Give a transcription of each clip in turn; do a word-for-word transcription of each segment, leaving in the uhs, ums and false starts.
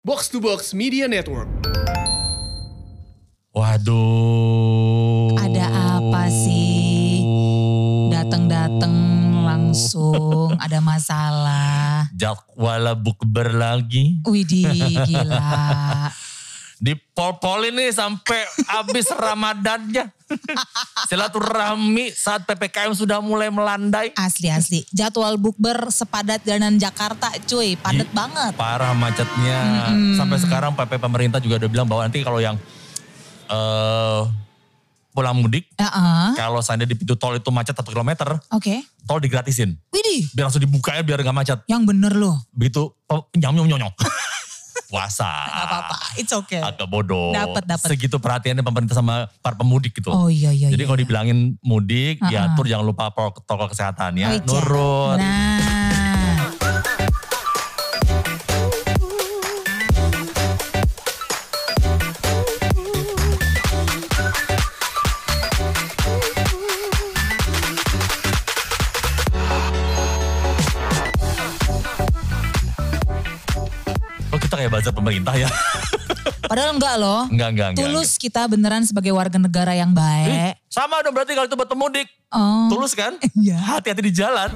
Box to Box Media Network. Waduh. Ada apa sih? Datang-datang langsung ada masalah. Jakwala bukber lagi. Widih, gila. Di pol-pol ini sampai habis Ramadannya. Silaturahmi saat P P K M sudah mulai melandai. Asli-asli. Jadwal bukber sepadat jalanan Jakarta cuy. Padat Ih, banget. Parah macetnya. Mm-mm. Sampai sekarang P P pemerintah juga udah bilang bahwa nanti kalau yang uh, pulang mudik. Uh-uh. Kalau seandainya di pintu tol itu macet satu kilometer. Oke. Okay. Tol digratisin. Widih. Biar langsung dibuka ya biar gak macet. Yang bener loh. Begitu oh, nyam-nyam-nyam. Puasa. Gak apa-apa, it's okay. Agak bodoh. Dapat, dapat. Segitu perhatiannya pemerintah sama para pemudik gitu. Oh iya, iya. Jadi iya, kalau iya. dibilangin mudik, Uh-uh. ya atur jangan lupa protokol kesehatannya. Oh, iya. Nurut. Nah. Oh kita kayak bazar pemerintah ya. Padahal enggak loh. Enggak, enggak, enggak. Tulus kita beneran sebagai warga negara yang baik. Eh, sama dong berarti kalau itu buat pemudik. Oh. Tulus kan? Iya. Hati-hati di jalan.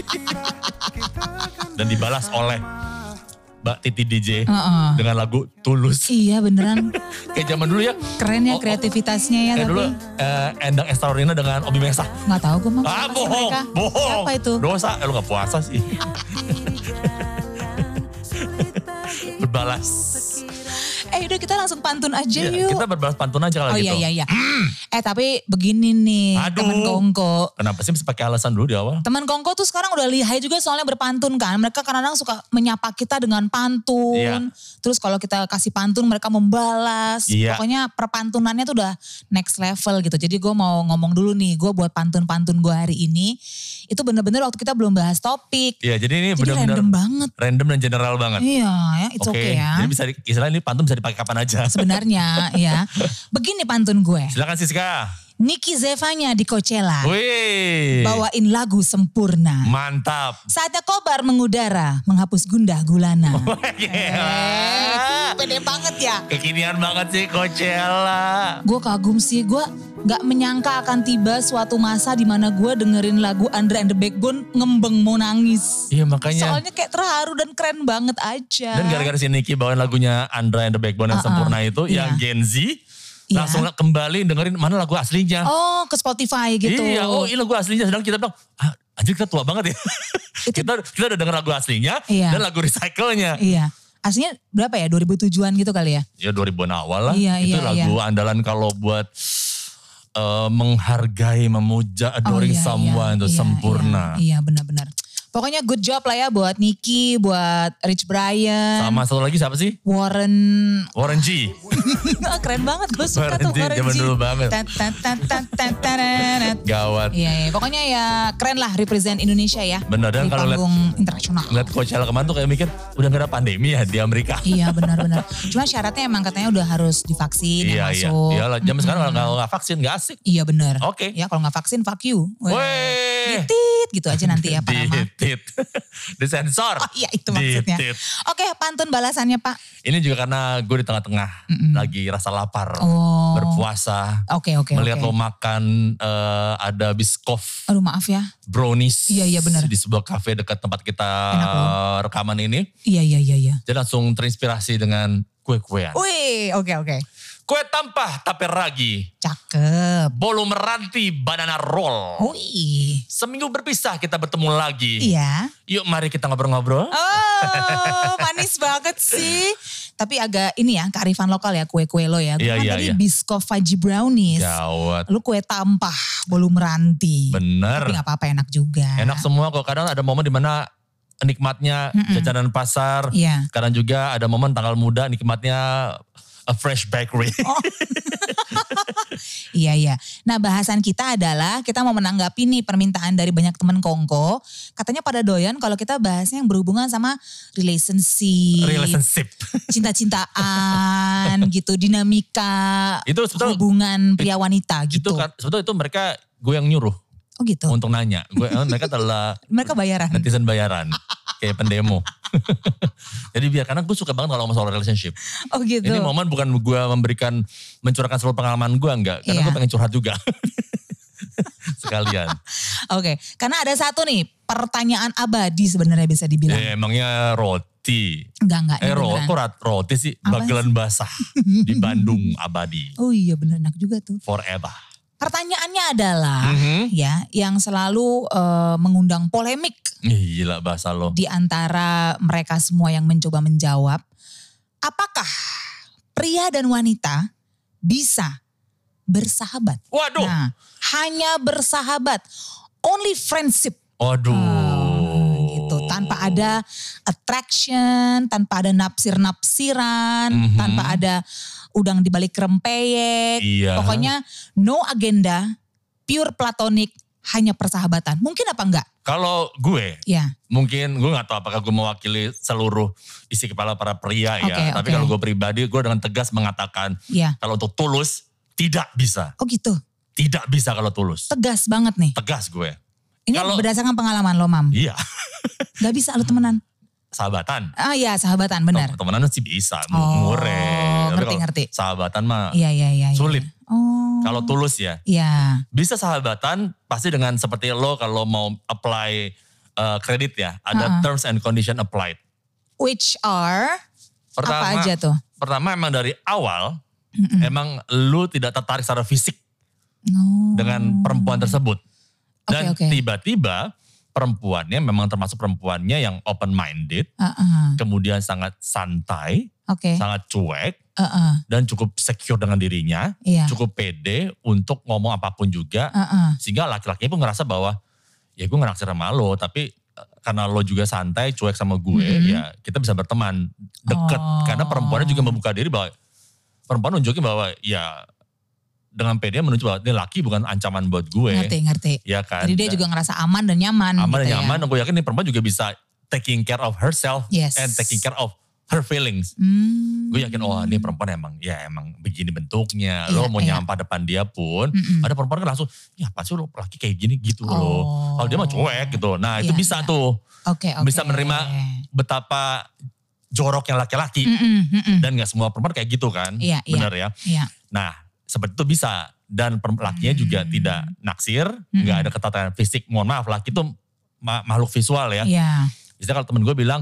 Dan dibalas oleh Mbak Titi D J Uh-uh. dengan lagu Tulus. Iya beneran. Kayak zaman dulu ya. Keren ya Oh, oh. kreativitasnya ya Kayak tapi. dulu eh, Endang Estarina dengan Obi Mesa. Gak tahu gue mau. Ah bohong, bohong. Siapa itu? Dosa, eh, lu gak puasa sih. Berbalas. Eh udah kita langsung pantun aja Ya, yuk. kita berbalas pantun aja kalau Oh gitu. iya iya iya. Eh tapi begini nih Aduh. teman Kongko. Kenapa sih mesti pakai alasan dulu di awal? Teman Kongko tuh sekarang udah lihai juga soalnya berpantun kan. Mereka kadang-kadang suka menyapa kita dengan pantun. Iya. Terus kalau kita kasih pantun mereka membalas. Iya. Pokoknya perpantunannya tuh udah next level gitu. Jadi gue mau ngomong dulu nih. Gue buat pantun-pantun gue hari ini. Itu bener-bener waktu kita belum bahas topik. Iya jadi ini Jadi benar-benar random banget. random dan general banget. Iya ya, it's Oke, okay ya. jadi bisa di- istilahnya ini pantun bisa dipakai kapan aja. Sebenarnya ya. Begini pantun gue. Silakan Siska. Nicky Zevanya di Coachella. Wih. Bawain lagu Sempurna. Mantap. Saatnya kobar mengudara, menghapus gundah gulana. Gila. Eh, pede banget ya. Kekinian banget sih Coachella. Gue kagum sih, gue gak menyangka akan tiba suatu masa di mana gue dengerin lagu Andre and the Backbone ngembeng mau nangis. Iya makanya. Soalnya kayak terharu dan keren banget aja. Dan gara-gara si Nicky bawain lagunya Andra and the Backbone yang Uh-uh. sempurna itu, Iya. yang Gen Z, Iya. langsung kembali dengerin mana lagu aslinya. Oh ke Spotify gitu. Iya, oh ini lagu aslinya. Sedang kita bilang, ah, anjir kita tua banget ya. Itu- kita kita udah denger lagu aslinya Iya. dan lagu recycle-nya. Iya. Aslinya berapa ya? dua ribu tujuan gitu kali ya? Ya dua ribuan awal lah. Iya, itu iya, lagu andalan kalau buat eh, menghargai, memuja, adoring iya, someone, iya, itu iya, sempurna. Iya, iya benar-benar. Pokoknya good job lah ya buat Nicky, buat Rich Brian, Sama satu lagi siapa sih? Warren. Warren G. Keren banget, gue suka Warren tuh G, Warren zaman G. dulu banget. Tat, tat, tat, tat, tat, tararat. Gawat. Iya, iya, pokoknya ya keren lah represent Indonesia ya. Benar, dan di kalau lihat- panggung internasional. Ngeliat Coachella kemarin tuh kayak mikir, udah gak ada pandemi ya di Amerika. Iya benar-benar. Cuma syaratnya emang katanya udah harus divaksin Iya, yang iya. masuk. Iyalah, zaman sekarang kalau nggak- nggak vaksin gak asik. Iya benar. Oke. Ya kalau nggak vaksin fuck you. Weh. Weh. Ditit gitu aja nanti ya Pak Rama. Ditit. Disensor. Oh iya itu maksudnya. Ditit. Oke pantun balasannya Pak. Ini juga karena gue di tengah-tengah lagi rasa lapar. Oh. Berpuasa. Oke oke Melihat oke. lo makan eh, ada biskof, Aduh maaf ya. brownies. Iya, iya, benar. Di sebuah kafe dekat tempat kita Enak loh. rekaman ini. Iya iya iya iya. Jadi langsung terinspirasi dengan kue-kuean. Wih oke oke. Kue tampah tapi ragi. Cakep. Bolu meranti banana roll. Wih. Seminggu berpisah kita bertemu lagi. Iya. Yuk mari kita ngobrol-ngobrol. Oh manis banget sih. Tapi agak ini ya kearifan lokal ya kue-kue lo ya. Gue Iya, kan iya, tadi iya. biscoff fudgy brownies. Gawat. Lu kue tampah, bolu meranti. Bener. Tapi gak apa-apa enak juga. Enak semua kok. Kadang ada momen dimana nikmatnya jajanan pasar. Iya. Kadang juga ada momen tanggal muda nikmatnya a fresh bakery. Oh. Iya iya. Nah bahasan kita adalah kita mau menanggapi nih permintaan dari banyak teman Kongko. Katanya pada doyan kalau kita bahasnya yang berhubungan sama relationship. Relationship. Cinta-cintaan gitu. Dinamika Itu sebetulnya- hubungan pria wanita Itu gitu. kan sebetulnya itu mereka gue yang nyuruh Oh gitu. untuk nanya. Gue eh, mereka adalah Mereka bayaran. netizen bayaran. Kayak pendemo. Jadi biar, karena gue suka banget kalau ngomong soal relationship. Oh gitu. Ini momen bukan gue memberikan, mencurahkan seluruh pengalaman gue, enggak. Karena Iya. gue pengen curhat juga. Sekalian. Oke, karena ada satu nih pertanyaan abadi sebenarnya bisa dibilang. Ya, emangnya roti. Enggak, enggak. Eh ini ro, beneran. kok rat- roti sih? Apa Bagelan basah. Di Bandung abadi. Oh iya bener, enak juga tuh. Forever. Pertanyaannya adalah Mhm. ya yang selalu eh, mengundang polemik Ih, gila bahasa lo. di antara mereka semua yang mencoba menjawab. Apakah pria dan wanita bisa bersahabat? Waduh. Nah, hanya bersahabat. Only friendship. Waduh. Ah, gitu, tanpa ada attraction, tanpa ada napsir-napsiran, Mhm. tanpa ada udang di balik rempeyek. Iya. Pokoknya no agenda, pure platonik, hanya persahabatan. Mungkin apa enggak? Kalau gue, Ya. mungkin gue gak tahu apakah gue mewakili seluruh isi kepala para pria ya. Oke, Tapi oke. kalau gue pribadi, gue dengan tegas mengatakan, Ya. kalau untuk tulus, tidak bisa. Oh gitu. Tidak bisa kalau tulus. Tegas banget nih. Tegas gue. Ini Kalau- berdasarkan pengalaman lo, Mam. Iya, Gak bisa lo temenan. sahabatan. Ah iya, sahabatan benar. Temenan sih bisa, Oh, mure. Tapi ngerti, kalau ngerti. Sahabatan mah Iya, iya, iya. iya. sulit. Oh. Kalau tulus ya. Iya. Bisa sahabatan pasti dengan seperti lo kalau mau apply uh, kredit ya. Ada Ha-ha. terms and condition applied. Which are Pertama, apa aja tuh? Pertama emang dari awal emang lu tidak tertarik secara fisik Oh. dengan perempuan tersebut. Dan Oke, oke. tiba-tiba perempuannya memang termasuk perempuannya yang open minded, Uh-uh. kemudian sangat santai, Oke. sangat cuek, Uh-uh. dan cukup secure dengan dirinya, Iya. cukup pede untuk ngomong apapun juga, Uh-uh. sehingga laki-lakinya pun ngerasa bahwa ya gue ngenaksir sama lo, tapi eh, karena lo juga santai, cuek sama gue, Mhm. ya kita bisa berteman deket. Oh. Karena perempuannya juga membuka diri bahwa perempuan nunjukin bahwa ya dengan pede menunjuk bahwa ini laki bukan ancaman buat gue. Ngerti, ngerti. Ya kan? Jadi dia Dan juga ngerasa aman dan nyaman. aman gitu dan nyaman. Ya. Gue yakin nih perempuan juga bisa taking care of herself Yes. and taking care of her feelings. Hmm. Gue yakin, oh ini perempuan emang, ya emang begini bentuknya. Lo Iya, mau iya. nyampah depan dia pun, Mm-mm. ada perempuan kan langsung, ya pasti lo laki kayak gini gitu Oh. loh. Kalau dia mah cuek gitu. Nah itu Iya, bisa iya. tuh, Oke, oke. bisa menerima betapa joroknya laki-laki. Mm-mm, mm-mm. Dan gak semua perempuan kayak gitu kan. Iya, iya. Bener ya. Iya. Nah seperti itu bisa. Dan per- lakinya Hmm. juga tidak naksir, nggak ada ketatanan fisik. Mohon maaf, laki itu ma- makhluk visual ya. Iya. Istilah kalau temen gue bilang,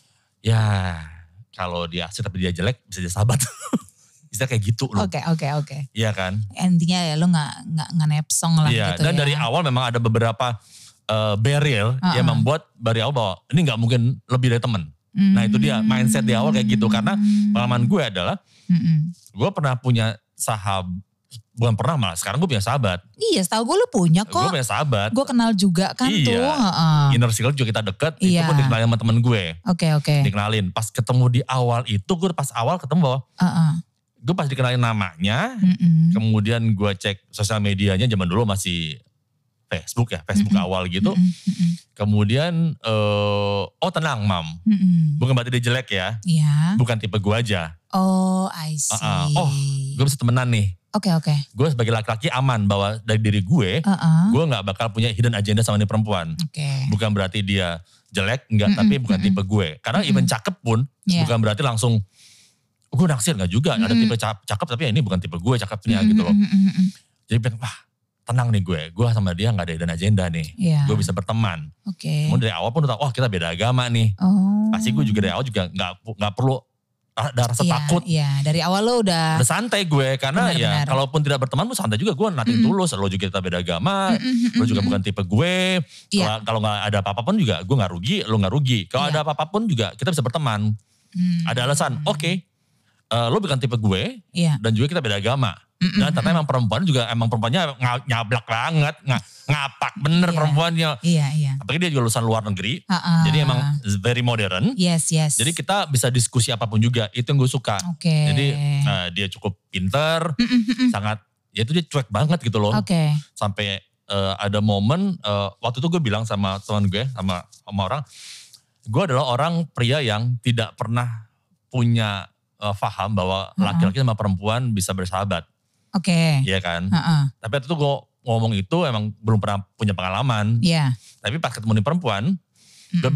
ya kalau dia asik tapi dia jelek bisa jadi sahabat. Istilah kayak gitu loh. Oke, oke, oke. Iya kan? Intinya ya lo gak, gak, gak nepsong lah Iya. gitu Dan ya. dari awal memang ada beberapa uh, barrier Uh-uh. yang membuat dari awal bahwa ini nggak mungkin lebih dari temen. Nah itu dia mindset di awal kayak gitu. Karena pengalaman gue adalah Mm-mm. gue pernah punya sahabat, bukan pernah malah, sekarang gue punya sahabat. Iya, setahu gue lo punya Gue kok. punya sahabat. Gue kenal juga kan Iya. tuh. heeh. Inner circle juga kita deket, itu Iya. pun dikenalin sama temen gue. Oke, oke. Dikenalin. Pas ketemu di awal itu, gue pas awal ketemu bahwa, Heeh. gue pas dikenalin namanya, Mm-mm. kemudian gue cek sosial medianya, zaman dulu masih Facebook ya, Facebook Mm-mm. awal gitu. Mm-mm, mm-mm, Kemudian, eh, oh tenang mam, mm-mm. bukan berarti dia jelek ya, Iya. bukan tipe gue aja. Oh, I see. Uh-uh. Oh, gue bisa temenan nih. Oke, oke. Gue sebagai laki-laki aman bahwa dari diri gue, Heeh. gue gak bakal punya hidden agenda sama nih perempuan. Oke. Bukan berarti dia jelek, enggak, Mm-mm, tapi bukan mm-mm. tipe gue. Karena Mm-mm. even cakep pun, Iya. bukan berarti langsung, oh, gue naksir enggak juga. Ada Mm-mm. tipe ca- cakep, tapi ya ini bukan tipe gue cakepnya Mm-mm, gitu loh. mm-mm, mm-mm. Jadi bilang, wah tenang nih gue, gue sama dia gak ada hidden agenda nih. Iya. Gue bisa berteman. Oke. Kemudian dari awal pun udah tahu, wah kita beda agama nih. Oh. Pasti gue juga dari awal juga gak, gak perlu ada rasa Iya, takut. Iya, dari awal lo udah. Udah santai gue, karena ya Benar-benar. kalaupun tidak berteman pun santai juga, gue nothing Mm-mm. tulus. Lo juga kita beda agama, Mm-mm, lo juga mm-mm. bukan tipe gue. Iya. Kalau kalau nggak ada apa-apa pun juga gue nggak rugi, lo nggak rugi. Kalau Iya. ada apa-apa pun juga kita bisa berteman. Hmm. Ada alasan, oke, eh, lo bukan tipe gue Iya. dan juga kita beda agama. Mm-mm, Dan ternyata emang perempuan juga emang perempuannya nga- nyablak banget, nga- ngapak bener Iya. perempuannya. Iya, iya. Apalagi dia juga lulusan luar negeri, Ha-ha. jadi emang very modern. Yes, yes. Jadi kita bisa diskusi apapun juga, itu yang gue suka. Oke. Jadi eh, dia cukup pinter, Mm-mm, mm-mm. sangat, ya itu dia cuek banget gitu loh. Oke. Sampai eh, ada momen, eh, waktu itu gue bilang sama teman gue, sama, sama orang, gue adalah orang pria yang tidak pernah punya eh, paham bahwa Uh-uh. laki-laki sama perempuan bisa bersahabat. Oke. Iya kan? Heeh. Tapi waktu itu gue ngomong itu emang belum pernah punya pengalaman. Iya. Tapi pas ketemu nih perempuan, gue Mm-mm. bilang,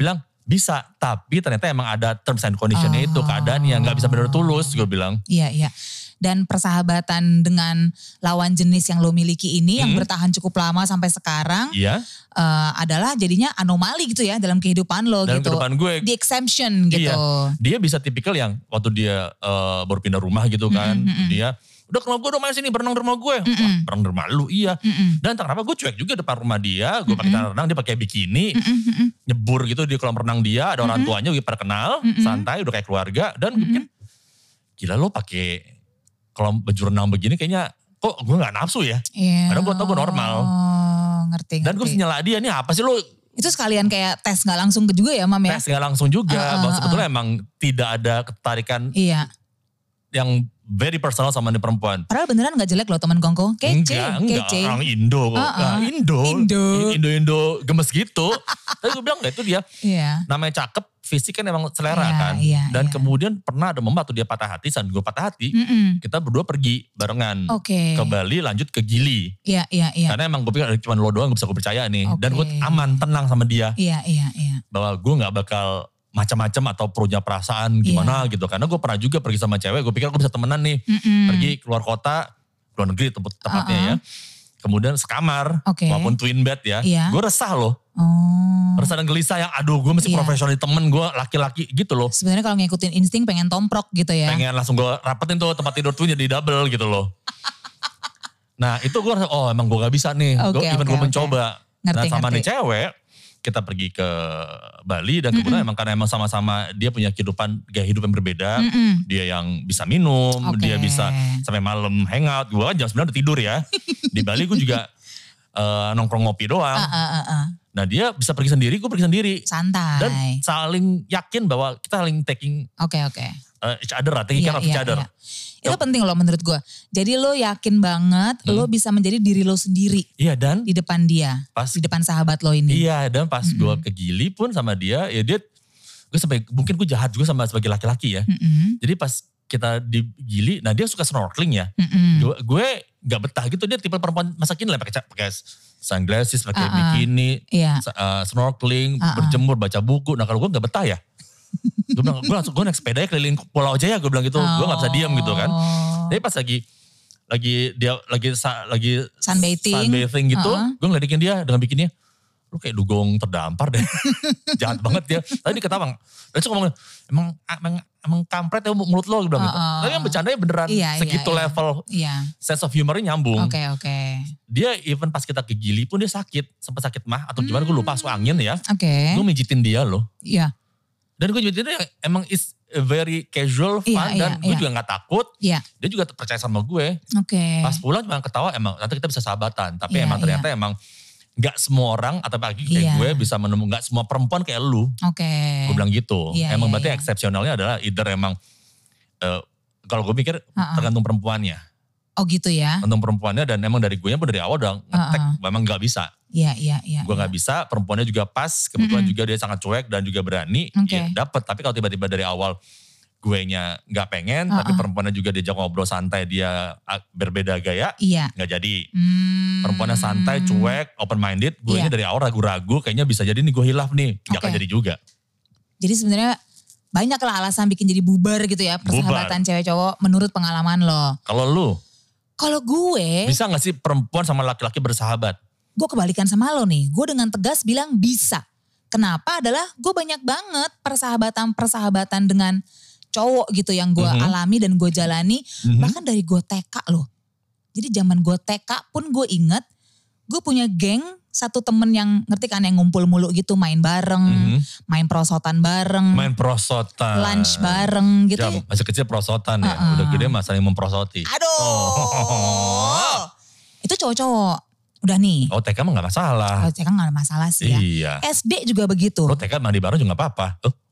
Bisa, tapi ternyata emang ada terms and conditionnya Oh. itu keadaannya nggak bisa benar tulus gue bilang. Iya, iya. Dan persahabatan dengan lawan jenis yang lo miliki ini yang Hmm. bertahan cukup lama sampai sekarang Iya. eh, adalah jadinya anomali gitu ya dalam kehidupan lo Dalam gitu. kehidupan gue. The exemption gitu. Iya. Dia bisa tipikal yang waktu dia eh, baru pindah rumah gitu kan, Mm-mm, mm-mm. dia udah ke rumah gue, udah main sini berenang di rumah gue. Wah, Mm-mm. berenang di rumah lu, iya. Mm-mm. Dan entah kenapa gue cuek juga depan rumah dia, gue pakai Mm-mm. celana renang, dia pakai bikini, Mm-mm, mm-mm. nyebur gitu di kolam renang dia, ada orang Mm-mm. tuanya gue pada kenal, Mm-mm. santai, udah kayak keluarga. Dan gue pikir, gila lo pakai kolam baju renang begini kayaknya kok gue gak nafsu ya. Iya. Padahal gue tau gue normal. Oh, ngerti, Dan gue ngerti. bisa nyala dia, nih apa sih lo Itu sekalian kayak tes gak langsung ke juga ya Mam ya? tes gak langsung juga. Uh, uh, Bahwa uh. sebetulnya emang tidak ada ketarikan Iya. yang very personal sama nih perempuan. Padahal beneran gak jelek loh teman kongko. Kece, enggak, enggak. kece. Orang Indo kok. Uh-uh. Nah, Indo. Indo. Indo-Indo gemes gitu. Tapi gue bilang enggak, itu dia. Iya. Namanya cakep, fisik kan emang selera Iya, kan. iya, Dan iya. kemudian pernah ada momen waktu dia patah hati, saat gue patah hati. Mm-mm. Kita berdua pergi barengan. Oke. Ke Bali lanjut ke Gili. Iya, iya, iya. Karena emang gue pikir cuma lo doang gak bisa gue percaya nih. Dan Oke. gue aman, tenang sama dia. Iya, iya, iya. Bahwa gue gak bakal macam-macam atau punya perasaan gimana Iya. gitu. Karena gue pernah juga pergi sama cewek, gue pikir gue bisa temenan nih. Mm-mm. Pergi keluar kota, luar negeri tempat tepatnya Uh-uh. ya. Kemudian sekamar, Oke. walaupun twin bed ya. Iya. Gue resah loh. Oh. Resah dan gelisah yang aduh gue masih Iya. profesional di temen gue laki-laki gitu loh. Sebenarnya kalau ngikutin insting pengen tomprok gitu ya. Pengen langsung gue rapetin tuh tempat tidur twin jadi double gitu loh. Nah itu gue rasa oh emang gue gak bisa nih. Oke, Gue even oke, gue oke. mencoba. Ngerti, Nah sama ngerti. nih cewek. Kita pergi ke Bali dan kebetulan emang karena emang sama-sama dia punya kehidupan, gaya hidup yang berbeda. Mm-mm. Dia yang bisa minum, Oke. dia bisa sampai malam hangout. Gue kan jam sembilan udah tidur ya. Di Bali gue juga eh, nongkrong ngopi doang. Ah, ah, ah, ah. Nah dia bisa pergi sendiri, gue pergi sendiri. Santai. Dan saling yakin bahwa kita saling taking Oke, oke. uh, each other lah, taking Iya, care of each iya, other. iya. Itu penting loh menurut gue. Jadi lo yakin banget Hmm. lo bisa menjadi diri lo sendiri Iya dan di depan dia. pas Di depan sahabat lo ini. iya dan pas gue ke Gili pun sama dia, ya dia gue sampai mungkin gue jahat juga sama sebagai laki-laki ya. Mm-mm. Jadi pas kita di Gili, nah dia suka snorkeling ya. Mm-mm. Gue gue nggak betah gitu, dia tipe perempuan masa kini lah pakai ca- pakai sunglasses, pakai Ah, ah. bikini, Iya. s- uh, snorkeling, Ah, ah. berjemur, baca buku. Nah kalau gue nggak betah ya. Gue bilang, gue langsung gue naik sepeda ya keliling pulau aja ya, gue bilang gitu. Gue nggak bisa diam gitu kan. Oh. Tapi pas lagi lagi dia lagi sa- lagi Sunbathing. sunbathing gitu, Uh-uh. gue ngelidikin dia dengan bikinnya, lu kayak dugong terdampar deh. Jahat banget dia. Tadi dia ketawa. Dan dia ngomong, emang, emang, emang kampret ya mulut lo, gue bilang gitu. Uh-uh. Tapi yang bercandanya beneran Iya, iya, segitu iya. level Iya. sense of humornya nyambung. Oke, oke. Dia even pas kita ke Gili pun dia sakit. Sempat sakit mah atau gimana gue lupa, masuk angin ya. Oke. Gue mijitin dia loh. Iya. Dan gue mijitin dia emang is a very casual, fun. Iya, dan iya, gue iya. juga gak takut. Iya. Dia juga percaya sama gue. Oke. Pas pulang cuma ketawa, emang nanti kita bisa sahabatan. Tapi Iya, emang ternyata emang gak semua orang atau pagi kayak Iya. gue bisa menemukan, gak semua perempuan kayak lu. Oke. Gue bilang gitu. Iya, emang iya, berarti iya. eksepsionalnya adalah either emang, eh, kalau gue mikir Uh-uh. tergantung perempuannya. Oh gitu ya. Tergantung perempuannya dan emang dari gue pun dari awal udah ngetek, Uh-uh. memang gak bisa. Iya, iya, iya. Gue iya. gak bisa, perempuannya juga pas, kebetulan Mm-mm. juga dia sangat cuek dan juga berani, Oke. ya dapet. Tapi kalau tiba-tiba dari awal gue nya gak pengen, tapi Uh-uh. perempuannya juga diajak ngobrol santai, dia ah, berbeda gaya, Iya. gak jadi. Hmm. Perempuannya santai, cuek, open minded, gue nya Iya. dari awal ragu-ragu, kayaknya bisa jadi nih gue hilaf nih, gak akan Oke. jadi juga. Jadi sebenarnya banyak lah alasan bikin jadi bubar gitu ya persahabatan cewek cowok menurut pengalaman lo. Kalau lu, Kalau gue, bisa gak sih perempuan sama laki-laki bersahabat? gue kebalikan sama lo nih. Gue dengan tegas bilang bisa. Kenapa adalah gue banyak banget persahabatan-persahabatan dengan cowok gitu yang gue Mhm. alami dan gue jalani. Mhm. Bahkan dari gue T K loh. Jadi zaman gue T K pun gue inget gue punya geng satu temen yang ngerti kan yang ngumpul mulu gitu main bareng, Mhm. main prosotan bareng, Main prosotan. lunch bareng gitu. Ya, masih kecil prosotan ya, Uh-uh. udah gede mah saling memprosoti. Aduh. Oh. Itu cowok-cowok. Udah nih. Oh T K mah gak masalah. Kalau T K gak ada masalah sih ya. Iya. S D juga begitu. Lo T K mandi bareng juga gak apa-apa. Oh,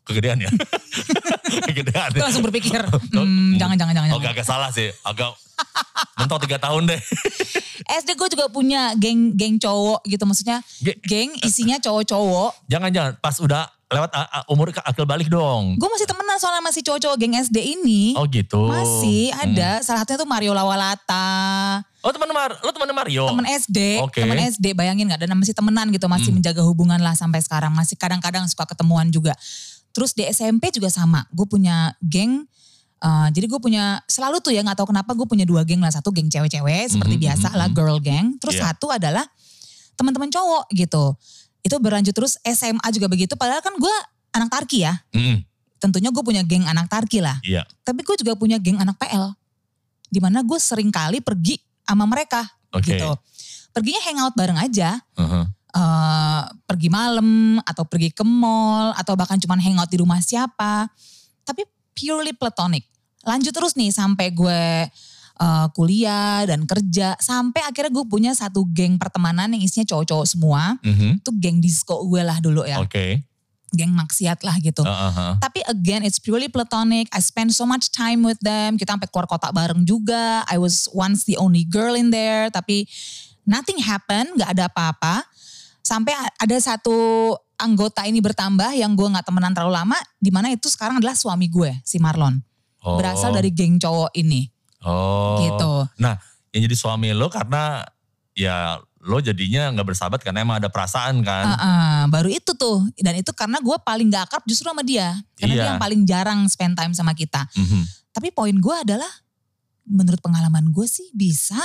kegedean ya. Kegedean. Gue langsung berpikir, hmm, jangan, jangan, jangan. Oh jangan. agak salah sih, agak mentok tiga tahun deh. S D gue juga punya geng geng cowok gitu, maksudnya Ge- geng isinya cowok-cowok. Jangan-jangan pas udah lewat a- a- umur ke akil balik dong. Gue masih temenan soalnya masih cowok-cowok geng S D ini. Oh gitu. Masih Hmm. ada, salah satunya tuh Mario Lawalata. Oh teman Mar, lo teman Mario. Temen S D, Oke. temen S D, bayangin gak? Dan masih temenan gitu, masih Hmm. menjaga hubungan lah sampai sekarang. Masih kadang-kadang suka ketemuan juga. Terus di S M P juga sama, gue punya geng. Uh, jadi gue punya, selalu tuh ya gak tahu kenapa gue punya dua geng lah. Satu geng cewek-cewek seperti Mhm, biasa mhm, lah, mhm. girl gang. Terus Iya. satu adalah teman-teman cowok gitu. Itu berlanjut terus S M A juga begitu. Padahal kan gue anak Tarki ya. Mm, Tentunya gue punya geng anak Tarki lah. iya. Tapi gue juga punya geng anak P L. Dimana gue sering kali pergi sama mereka Oke. gitu. Perginya hangout bareng aja. Uh-huh. eh, pergi malam atau pergi ke mall atau bahkan cuman hangout di rumah siapa. Tapi purely platonic. Lanjut terus nih sampai gue eh, kuliah dan kerja. Sampai akhirnya gue punya satu geng pertemanan yang isinya cowok-cowok semua. Mhm. Itu geng disco gue lah dulu ya. Oke. Geng maksiat lah gitu. Uh-huh. Tapi again it's purely platonic. I spend so much time with them. Kita sampai keluar kota bareng juga. I was once the only girl in there. Tapi nothing happened. Gak ada apa-apa. Sampai ada satu anggota ini bertambah yang gue gak temenan terlalu lama. Dimana itu sekarang adalah suami gue, si Marlon. Oh. Berasal dari geng cowok ini. Oh. Gitu. Nah yang jadi suami lo karena ya lo jadinya gak bersahabat karena emang ada perasaan kan. Uh-uh, baru itu tuh. Dan itu karena gue paling gak akrab justru sama dia. Karena Iya. dia yang paling jarang spend time sama kita. Mhm. Tapi poin gue adalah menurut pengalaman gue sih bisa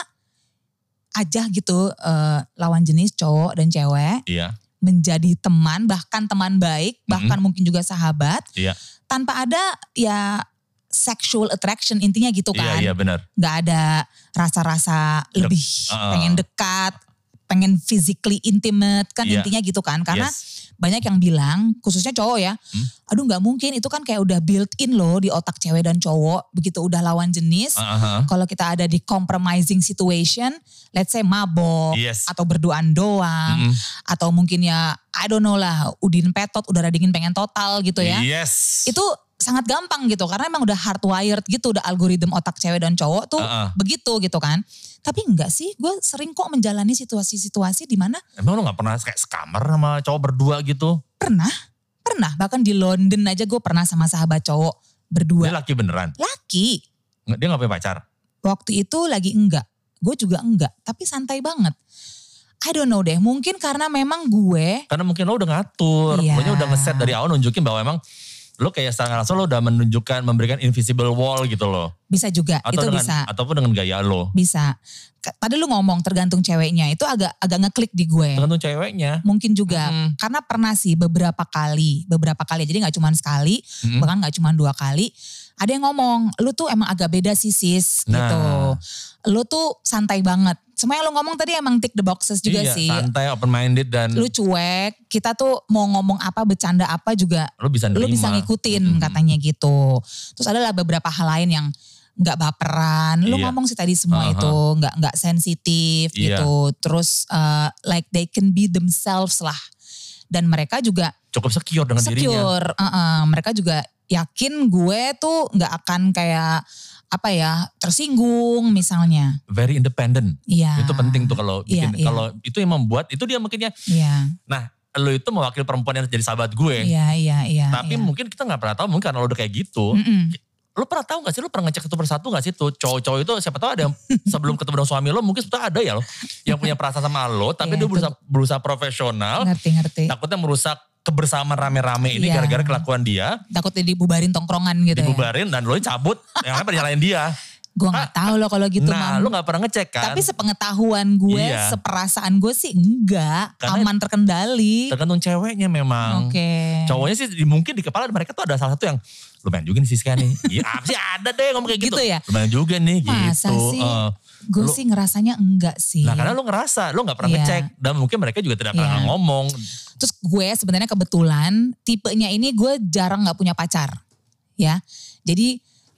aja gitu eh, lawan jenis cowok dan cewek Iya. menjadi teman, bahkan teman baik, bahkan mungkin juga sahabat. Iya. Tanpa ada ya sexual attraction intinya gitu kan. Iya iya benar. Gak ada rasa-rasa Dek- lebih uh-uh. pengen dekat, pengen physically intimate kan Iya. intinya gitu kan. Karena Yes. banyak yang bilang, khususnya cowok ya, Hmm? aduh gak mungkin itu kan kayak udah built in loh di otak cewek dan cowok. Begitu udah lawan jenis, Uh-huh. kalau kita ada di compromising situation, let's say mabok, Yes. atau berduaan doang, Mm-mm. atau mungkin ya I don't know lah, udin petot, udara dingin pengen total gitu ya. Yes. Itu sangat gampang gitu, karena emang udah hardwired gitu, udah algoritma otak cewek dan cowok tuh Uh-uh. begitu gitu kan. Tapi enggak sih, gue sering kok menjalani situasi-situasi di mana Emang lo gak pernah kayak sekamar sama cowok berdua gitu? pernah, pernah, bahkan di London aja gue pernah sama sahabat cowok Dia berdua. laki beneran? Laki, Nggak- Dia gak punya pacar? waktu itu lagi enggak, gue juga enggak, tapi santai banget. I don't know deh, mungkin karena memang gue, Karena mungkin lo udah ngatur, Iya. lo udah ngeset dari awal nunjukin bahwa emang lo kayak secara langsung lo udah menunjukkan, memberikan invisible wall gitu loh. bisa juga, Atau itu dengan, bisa, ataupun dengan gaya lo. bisa. K- Tadi lu ngomong tergantung ceweknya, itu agak agak ngeklik di gue. Tergantung ceweknya. Mungkin juga, Mm. karena pernah sih beberapa kali, beberapa kali, jadi gak cuma sekali, Mm-mm. bahkan gak cuma dua kali. Ada yang ngomong, lu tuh emang agak beda sih sis Nah. gitu. Lu tuh santai banget. Semua yang lu ngomong tadi emang tick the boxes juga Iya, sih. santai, open minded dan Lu cuek, kita tuh mau ngomong apa, bercanda apa juga lo bisa nerima. lu bisa ngikutin Mm-mm. katanya gitu. Terus adalah beberapa hal lain yang nggak baperan. Lu Iya. ngomong sih tadi semua Uh-huh. itu nggak nggak sensitif Iya. gitu. Terus uh, like they can be themselves lah. Dan mereka juga Cukup secure dengan dirinya. secure. Uh-uh. Mereka juga yakin gue tuh nggak akan kayak apa ya tersinggung misalnya. Very independent. Iya. Itu penting tuh kalau Iya, bikin, iya. kalau itu yang membuat, itu dia mungkinnya. Iya. Nah lo itu mewakili perempuan yang jadi sahabat gue. Iya iya iya. Tapi iya. mungkin kita gak pernah tahu, mungkin karena lo udah kayak gitu. Mm-mm. Lo pernah tahu gak sih, lo pernah ngecek satu persatu gak sih tuh cowok-cowok itu siapa tahu ada yang sebelum ketemu dengan suami lo mungkin sebetulnya ada ya lo yang punya perasaan sama lo tapi Iya, dia itu- berusaha, berusaha profesional, Ngerti ngerti. takutnya merusak kebersamaan rame-rame ini Iya. gara-gara kelakuan dia, Takutnya dibubarin tongkrongan gitu ya. dibubarin dan lo cabut, yang lain pada nyalain dia. Gue gak tahu loh kalau gitu Nah Mam. lo gak pernah ngecek kan, Tapi sepengetahuan gue, Iya. seperasaan gue sih enggak. Karena aman terkendali. tergantung ceweknya memang. Oke. Cowoknya sih di- mungkin di kepala mereka tuh ada salah satu yang lumayan juga nih Siska nih. Iya apa sih ada deh ngomong kayak gitu. Gitu ya? Lumayan juga nih Masa gitu. sih? Eh, Gue lu- sih ngerasanya enggak sih. Nah karena lo ngerasa, lo gak pernah Iya. ngecek. Dan mungkin mereka juga tidak pernah Iya. ngomong. Terus gue sebenarnya kebetulan tipenya ini gue jarang gak punya pacar. Ya. Jadi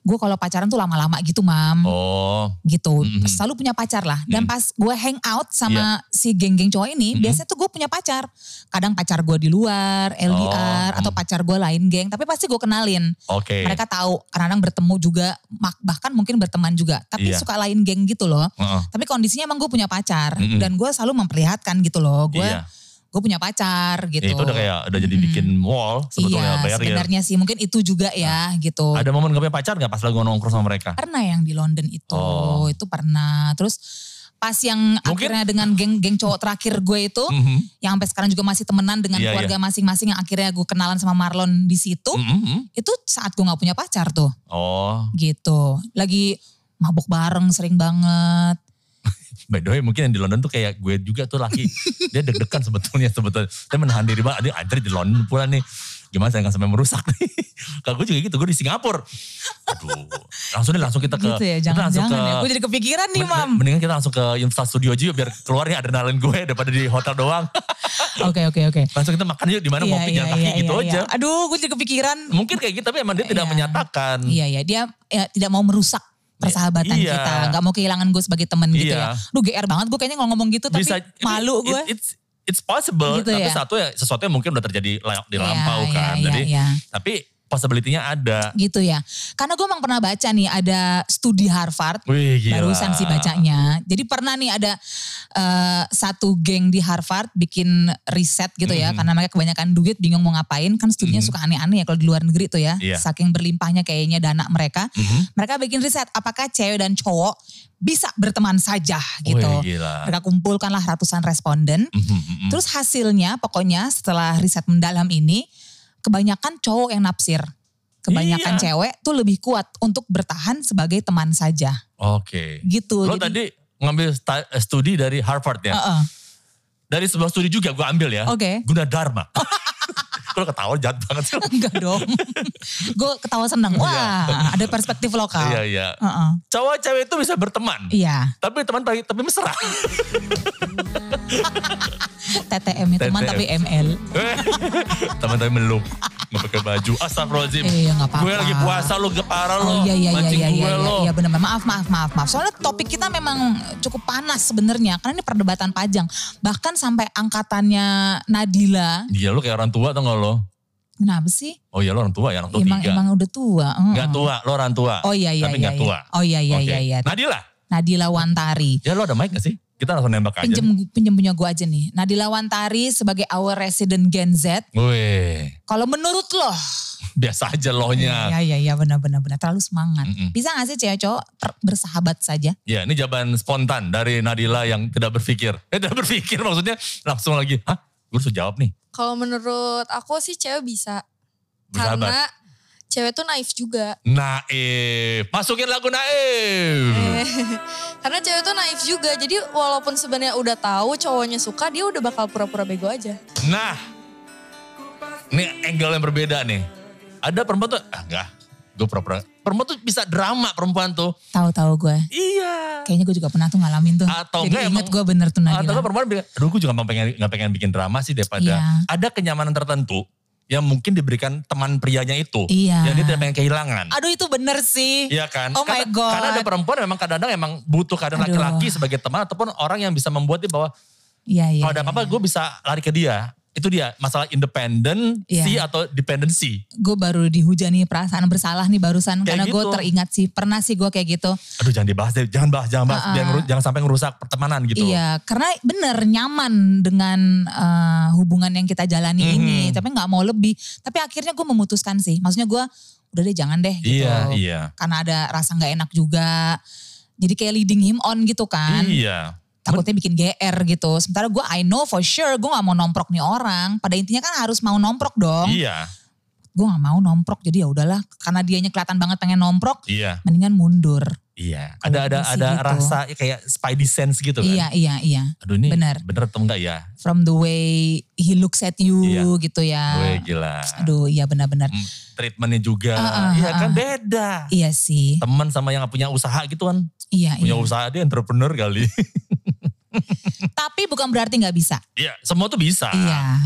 gue kalau pacaran tuh lama-lama gitu mam. Oh. Gitu, Mm-hmm. selalu punya pacar lah. Dan Mm. pas gue hang out sama si geng-geng cowok ini, Mm-hmm. biasanya tuh gue punya pacar. Kadang pacar gue di luar, L D R, Oh, atau mm. pacar gue lain geng. Tapi pasti gue kenalin. Oke. Mereka tahu, kadang-kadang bertemu juga, bahkan mungkin berteman juga. Tapi Iya. suka lain geng gitu loh. Uh-uh. Tapi kondisinya emang gue punya pacar. Mm-mm. Dan gue selalu memperlihatkan gitu loh. Gue Iya. gue punya pacar gitu. Ya, itu udah kayak udah jadi Mm-mm. bikin wall sebetulnya. Iya Bayar ya. sebenarnya sih mungkin itu juga ya gitu. Ada momen gak punya pacar gak pas lagi nongkrong sama mereka? Pernah yang di London itu, Oh. itu pernah. Terus pas yang Mungkin- akhirnya dengan geng-geng cowok terakhir gue itu, Mhm. yang sampai sekarang juga masih temenan dengan Iya, keluarga masing-masing yang akhirnya gue kenalan sama Marlon di situ, Mhm. itu saat gue gak punya pacar tuh Oh. gitu. Lagi mabuk bareng sering banget. By the way mungkin yang di London tuh kayak gue juga tuh laki. Dia deg-degan sebetulnya. sebetulnya. Dia menahan diri banget. Dia anjir di London pula nih. Gimana saya gak sampai merusak nih. Kalau gue juga gitu. Gue di Singapura. Aduh. Langsung deh langsung kita ke. Gitu ya, kita langsung jangan-jangan ke, ya. Gue jadi kepikiran nih men- mam. Mendingan kita langsung ke Universal Studio aja yuk. Biar keluar nih adrenalin gue daripada di hotel doang. Oke oke oke. Langsung kita makan yuk. Dimana Iya, ngopi iya, jalan kaki iya, gitu iya, aja. iya. Aduh gue jadi kepikiran. Mungkin kayak gitu tapi emang dia tidak Iya. menyatakan. Iya iya dia ya, tidak mau merusak persahabatan Iya. kita. Gak mau kehilangan gue sebagai temen gitu Iya. ya. Duh G R banget gue kayaknya ngomong gitu tapi Bisa, malu it- gue. It's, it's possible. Gitu tapi ya? satu ya sesuatu yang mungkin udah terjadi la- di Iya, lampau iya, kan. iya, Jadi iya. tapi possibility-nya ada. Gitu ya. Karena gue emang pernah baca nih ada studi Harvard. Wih gila. Barusan sih bacanya. Jadi pernah nih ada eh, satu geng di Harvard bikin riset gitu ya. Mhm. Karena mereka kebanyakan duit bingung mau ngapain. Kan studinya Mhm. suka aneh-aneh ya kalau di luar negeri tuh ya. Iya. Saking berlimpahnya kayaknya dana mereka. Mhm. Mereka bikin riset apakah cewek dan cowok bisa berteman saja gitu. Wih gila. Mereka kumpulkanlah ratusan responden. Mhm, mhm. Terus hasilnya pokoknya setelah riset mendalam ini, kebanyakan cowok yang naksir. Kebanyakan Iya. cewek tuh lebih kuat untuk bertahan sebagai teman saja. Oke. Gitu. Lo Jadi- tadi ngambil sta- studi dari Harvard ya? Heeh. Dari sebuah studi juga gue ambil ya. Oke. Gunadarma. Lo ketawa jahat banget sih. Enggak dong. Gue ketawa seneng. Wah ada perspektif lokal. Iya iya. Heeh. Cowok cewek itu bisa berteman. Iya. Tapi teman tapi, tapi mesra. T T M itu teman T T M. tapi M L. Teman tapi meluk. Gak pakai baju. Astagfirullahaladzim. Iya nggak apa-apa. Gue lagi puasa lo gepara Oh lo. iya iya iya Mancing iya gue iya lo. iya benar maaf maaf maaf maaf. Soalnya topik kita memang cukup panas sebenarnya karena ini perdebatan panjang. Bahkan sampai angkatannya Nadila. Iya lo kayak orang tua tau gak lo? Kenapa sih? Oh iya lo orang tua ya, orang tua Emang tiga. emang udah tua. Heeh. Gak tua, lo orang tua. Oh iya iya Tapi iya. gak iya. tua. Oh iya iya Oke. iya iya. Nadila. Nadila Wantari. Ya lo ada mic gak sih? Kita langsung nembak aja. Pinjem pinjem punya gue aja nih. Nadila Wantari sebagai our resident Gen Z. Wih, Kalau menurut lo, biasa aja lohnya. iya iya iya benar benar benar terlalu semangat. Mm-mm. Bisa gak sih cewek cowok ter- bersahabat saja? Ya ini jawaban spontan dari Nadila yang tidak berpikir. Eh tidak berpikir maksudnya langsung lagi. Hah? Gue harus jawab nih. Kalau menurut aku sih cewek bisa. Bersahabat. Karena cewek tuh naif juga. Naif. Masukin lagu Naif. Eh, Karena cewek tuh naif juga. Jadi walaupun sebenarnya udah tahu cowoknya suka, dia udah bakal pura-pura bego aja. Nah. Ini angle yang berbeda nih. Ada perempuan tuh, ah enggak. Gue pura-pura. Perempuan tuh bisa drama perempuan tuh. Tahu-tahu gue. Iya. Kayaknya gue juga pernah tuh ngalamin tuh. Atau Jadi enggak inget emang- gue bener tuh Atau Nadila. enggak perempuan bilang, aduh gue juga gak pengen, gak pengen bikin drama sih daripada. Iya. Ada kenyamanan tertentu yang mungkin diberikan teman prianya itu. Iya. Yang dia tidak pengen kehilangan. Aduh itu bener sih. Iya kan? Oh my karena, God. Karena ada perempuan memang kadang-kadang emang butuh kadang Aduh. laki-laki sebagai teman ataupun orang yang bisa membuat dia bahwa Iya iya. kalau ada apa-apa gue bisa lari ke dia. Itu dia masalah independen Iya. si atau dependency. Gue baru dihujani perasaan bersalah nih barusan. Kayak Karena gue gitu. teringat sih. Pernah sih gue kayak gitu. Aduh jangan dibahas deh, jangan bahas, jangan bahas. Uh-uh. Biar ngeru- jangan sampai ngerusak pertemanan gitu. Iya, karena bener nyaman dengan eh, hubungan yang kita jalani Mhm. ini, tapi nggak mau lebih. Tapi akhirnya gue memutuskan sih, maksudnya gue udah deh jangan deh gitu. Iya, iya. Karena ada rasa nggak enak juga. Jadi kayak leading him on gitu kan. Iya. Takutnya bikin G R gitu. Sementara gue I know for sure gue gak mau nomprok nih orang. Pada intinya kan harus mau nomprok dong. Iya. Gue gak mau nomprok jadi ya udahlah. Karena dianya kelihatan banget pengen nomprok. Iya. Mendingan mundur. Iya. Kalau Ada ada gue sih ada gitu. rasa kayak spidey sense gitu kan. Iya iya iya. Aduh ini Bener. bener atau enggak ya? From the way he looks at you Iya. gitu ya. Wih gila. Aduh iya benar-benar. Hmm, treatmentnya juga. Ah, ah, Iya ah, kan ah. beda. Iya sih. Teman sama yang gak punya usaha gitu kan. Iya Punya iya. usaha dia entrepreneur kali. Tapi bukan berarti gak bisa. Iya semua tuh bisa. Iya.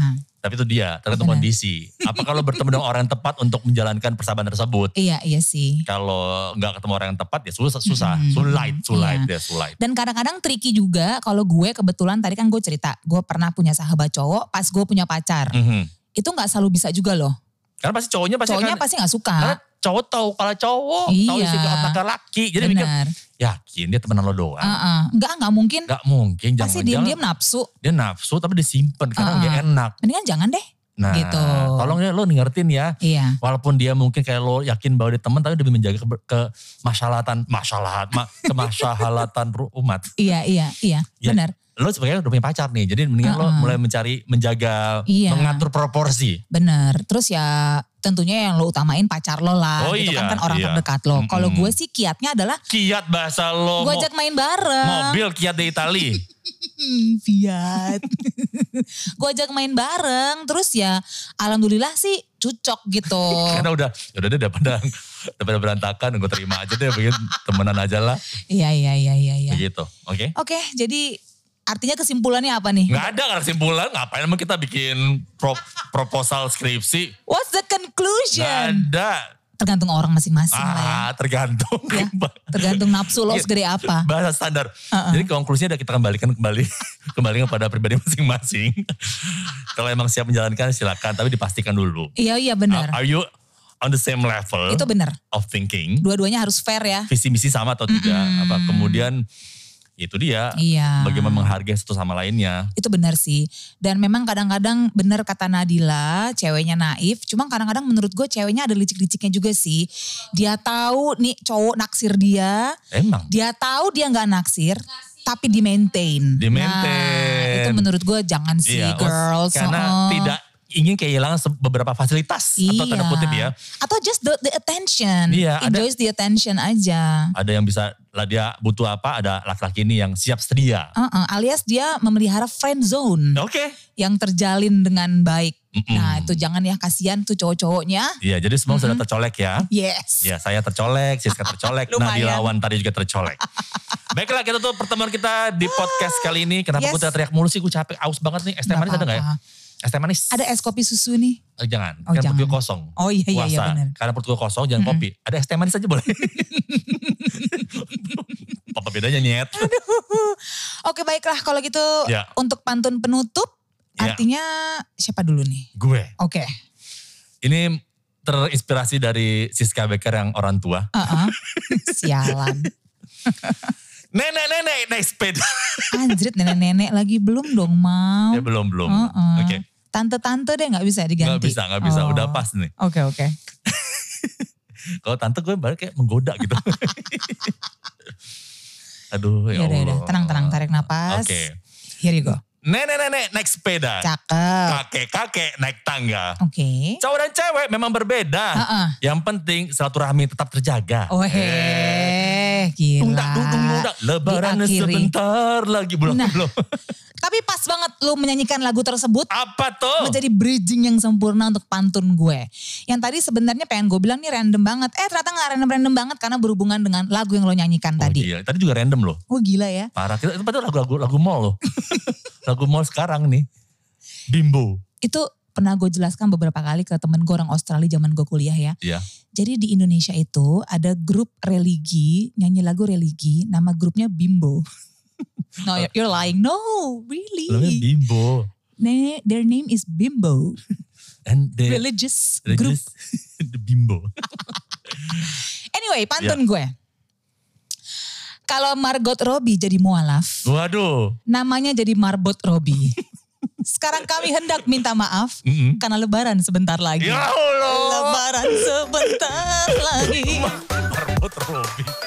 Tapi itu dia, tergantung Benar. kondisi. Apakah lo bertemu dengan orang yang tepat untuk menjalankan persahabatan tersebut? Iya, iya sih. Kalau nggak ketemu orang yang tepat ya susah, susah. Mm-mm. Sulit, sulit Iya. dia, sulit. Dan kadang-kadang tricky juga kalau gue kebetulan tadi kan gue cerita, gue pernah punya sahabat cowok pas gue punya pacar. Mhm. Itu gak selalu bisa juga loh. Karena pasti cowoknya pasti Cowoknya akan, pasti gak suka. karena cowok tahu kalau cowok, tahu Iya. isi otaknya laki. Jadi mikir, Benar. yakin dia temenan lo doang. Uh-uh. Enggak, enggak mungkin. Gak mungkin, Pasti jangan-jangan diam-diam nafsu. dia nafsu tapi disimpan karena Uh-uh. gak enak. Mendingan jangan deh. Nah, Gitu. tolong ya lo ngertiin ya. Iya. Walaupun dia mungkin kayak lo yakin bahwa dia teman, tapi demi menjaga ke, ke masyalatan, masyalahat, ma, kemasyahalatan ru- umat. Iya, iya, iya. Ya, Benar. Lo sebenarnya udah punya pacar nih, jadi mendingan lo Uh-uh. mulai mencari, menjaga, Iya. mengatur proporsi. Benar. Terus ya tentunya yang lo utamain pacar lo lah. Oh gitu iya, kan, kan orang iya. terdekat lo. Mm-mm. Kalau gue sih kiatnya adalah Kiat bahasa lo, gue mo- ajak main bareng. mobil Kiat di Itali. Hmm, Fiat. Gue ajak main bareng. Terus ya alhamdulillah sih cocok gitu. Karena udah, udah deh daripada, daripada berantakan, gue terima aja deh, begitu temenan aja lah. Iya, iya, iya, iya. iya. Begitu, oke? Oke, jadi artinya kesimpulannya apa nih? Nggak ada kan kesimpulan, ngapain emang kita bikin pro- proposal skripsi? What's the Nggak conclusion? ada. Tergantung orang masing-masing lah ya. Ah, tergantung. Ya, tergantung nafsu lo Iya, segede apa. Bahasa standar. Uh-uh. Jadi konklusinya udah kita kembalikan kembali kembalikan pada pribadi masing-masing. Kalau emang siap menjalankan silakan, tapi dipastikan dulu. Iya, iya benar. Are you on the same level Itu benar. of thinking? Dua-duanya harus fair ya. Visi misi sama atau tidak? Mm-mm. Apa kemudian itu dia Iya. bagaimana menghargai satu sama lainnya. Itu benar sih. Dan memang kadang-kadang benar kata Nadila, ceweknya naif. Cuma kadang-kadang menurut gue ceweknya ada licik-liciknya juga sih. Dia tahu nih cowok naksir dia. Emang. Dia tahu dia nggak naksir. Tapi di maintain. Di-maintain. Nah, itu menurut gue jangan sih Iya, girls. karena Oh. tidak ingin kehilangan se- beberapa fasilitas atau tanda Iya. kutip ya. Atau just the, the attention. Iya, ada- Enjoys the attention aja. Ada yang bisa lah dia butuh apa, ada laki-laki ini yang siap sedia. Uh-uh, alias dia memelihara friend zone Oke. yang terjalin dengan baik. Mm-mm. Nah itu jangan ya, kasihan tuh cowok-cowoknya. Iya, jadi semua sudah tercolek ya. Yes. Ya, saya tercolek, Siska tercolek, Lumayan. Nadilawan tadi juga tercolek. Baiklah, kita tuh pertemuan kita di podcast kali ini. Kenapa Yes. gue teriak mulu sih, gue capek, aus banget nih. Es teh Nggak manis ada gak ya? apa-apa. Es teh manis? Ada es kopi susu nih. Eh, jangan, Oh, kan jangan. perut gue kosong. Oh iya, iya, iya, Puasa. benar. Karena perut gue kosong, jangan kopi. Ada es teh manis aja boleh. Apa bedanya nyet? Oke baiklah kalau gitu Ya. untuk pantun penutup. Ya. Artinya siapa dulu nih? Gue. Oke. Ini terinspirasi dari Siska Becker yang orang tua. Uh-uh. Sialan. Nenek-nenek naik sepeda. Anjrit nenek-nenek lagi belum dong mau. Ya belum, belum. Uh-uh. Oke. Tante-tante deh gak bisa diganti. Gak bisa, gak bisa. Oh. Udah pas nih. Oke oke. Kalau tante gue balik kayak menggoda gitu. Aduh ya Ya udah, Allah. udah. Tenang-tenang, tarik napas. Oke. Here you go. Nenek-nenek naik sepeda. Cakep. Kakek-kakek naik tangga. Oke. Cowok dan cewek memang berbeda. Uh-uh. Yang penting silaturahmi tetap terjaga. Oh Eh, heh, gila. Tungdak, dudung, tungdak. Lebaran Diakhiri. sebentar lagi. Belum, Nah. belum. Tapi pas banget lu menyanyikan lagu tersebut. Apa tuh? Menjadi bridging yang sempurna untuk pantun gue. Yang tadi sebenarnya pengen gue bilang nih random banget. Eh ternyata gak random-random banget karena berhubungan dengan lagu yang lo nyanyikan Oh, tadi. gila. Tadi juga random loh. Oh gila ya. Parah. Kita, itu padahal lagu-lagu lagu mall loh. Lagu mall sekarang nih. Bimbo. Itu pernah gue jelaskan beberapa kali ke temen gue orang Australia zaman gue kuliah ya. Iya. Jadi di Indonesia itu ada grup religi, nyanyi lagu religi, nama grupnya Bimbo. No, you're- you're lying. No, really. Namanya Bimbo. Ne- Their name is Bimbo. And the Religious the group. just- the Bimbo. Anyway, pantun gue. Kalau Margot Robbie jadi mualaf, Waduh. namanya jadi Marbot Robbie. Sekarang kami hendak minta maaf Mm-mm. karena lebaran sebentar lagi. Ya Allah. Lebaran sebentar lagi. Marbot Robbie.